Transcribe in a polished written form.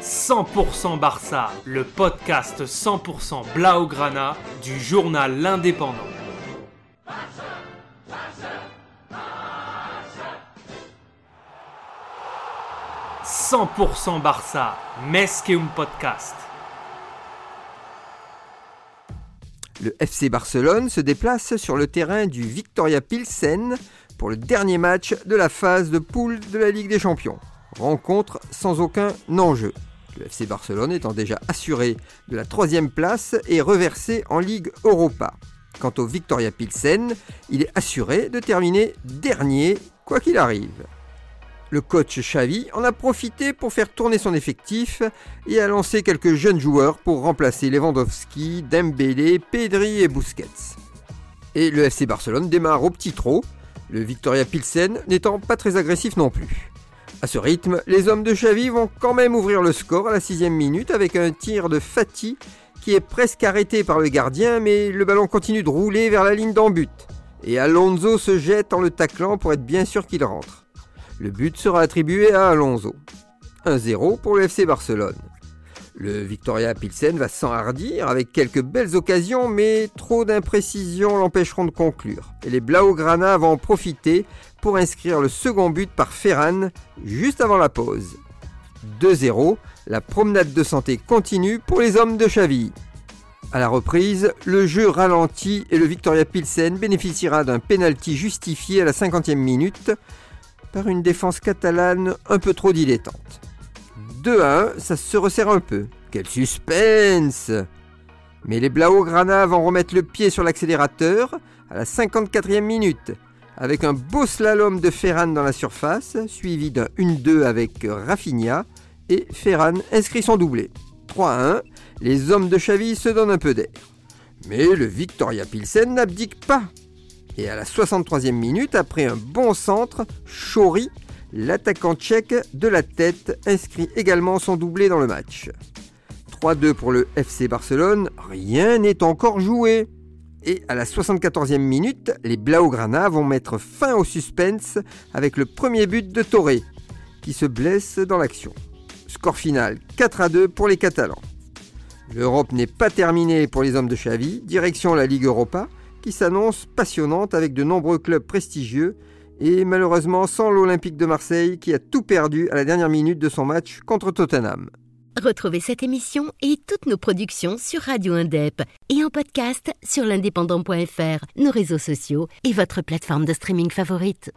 100% Barça, le podcast 100% Blaugrana du journal L'Indépendant. 100% Barça, més que un podcast. Le FC Barcelone se déplace sur le terrain du Viktoria Pilsen pour le dernier match de la phase de poule de la Ligue des Champions. Rencontre sans aucun enjeu. Le FC Barcelone étant déjà assuré de la 3e place et reversé en Ligue Europa. Quant au Viktoria Pilsen, il est assuré de terminer dernier quoi qu'il arrive. Le coach Xavi en a profité pour faire tourner son effectif et a lancé quelques jeunes joueurs pour remplacer Lewandowski, Dembélé, Pedri et Busquets. Et le FC Barcelone démarre au petit trot, le Viktoria Pilsen n'étant pas très agressif non plus. À ce rythme, les hommes de Xavi vont quand même ouvrir le score à la 6e minute avec un tir de Fati qui est presque arrêté par le gardien, mais le ballon continue de rouler vers la ligne d'en but. Et Alonso se jette en le taclant pour être bien sûr qu'il rentre. Le but sera attribué à Alonso. 1-0 pour le FC Barcelone. Le Viktoria Pilsen va s'enhardir avec quelques belles occasions, mais trop d'imprécisions l'empêcheront de conclure. Et les Blaugrana vont en profiter pour inscrire le second but par Ferran juste avant la pause. 2-0, la promenade de santé continue pour les hommes de Xavi. À la reprise, le jeu ralentit et le Viktoria Pilsen bénéficiera d'un pénalty justifié à la 50e minute par une défense catalane un peu trop dilettante. 2-1, ça se resserre un peu. Quel suspense! Mais les Blaugrana vont remettre le pied sur l'accélérateur à la 54e minute, avec un beau slalom de Ferran dans la surface, suivi d'un 1-2 avec Rafinha, et Ferran inscrit son doublé. 3-1, les hommes de Xavi se donnent un peu d'air. Mais le Viktoria Pilsen n'abdique pas. Et à la 63e minute, après un bon centre, Chori, l'attaquant tchèque de la tête, inscrit également son doublé dans le match. 3-2 pour le FC Barcelone, rien n'est encore joué. Et à la 74e minute, les Blaugrana vont mettre fin au suspense avec le premier but de Torre, qui se blesse dans l'action. Score final 4-2 pour les Catalans. L'Europe n'est pas terminée pour les hommes de Xavi, direction la Ligue Europa, qui s'annonce passionnante avec de nombreux clubs prestigieux et malheureusement sans l'Olympique de Marseille qui a tout perdu à la dernière minute de son match contre Tottenham. Retrouvez cette émission et toutes nos productions sur Radio Indep et en podcast sur l'indépendant.fr, nos réseaux sociaux et votre plateforme de streaming favorite.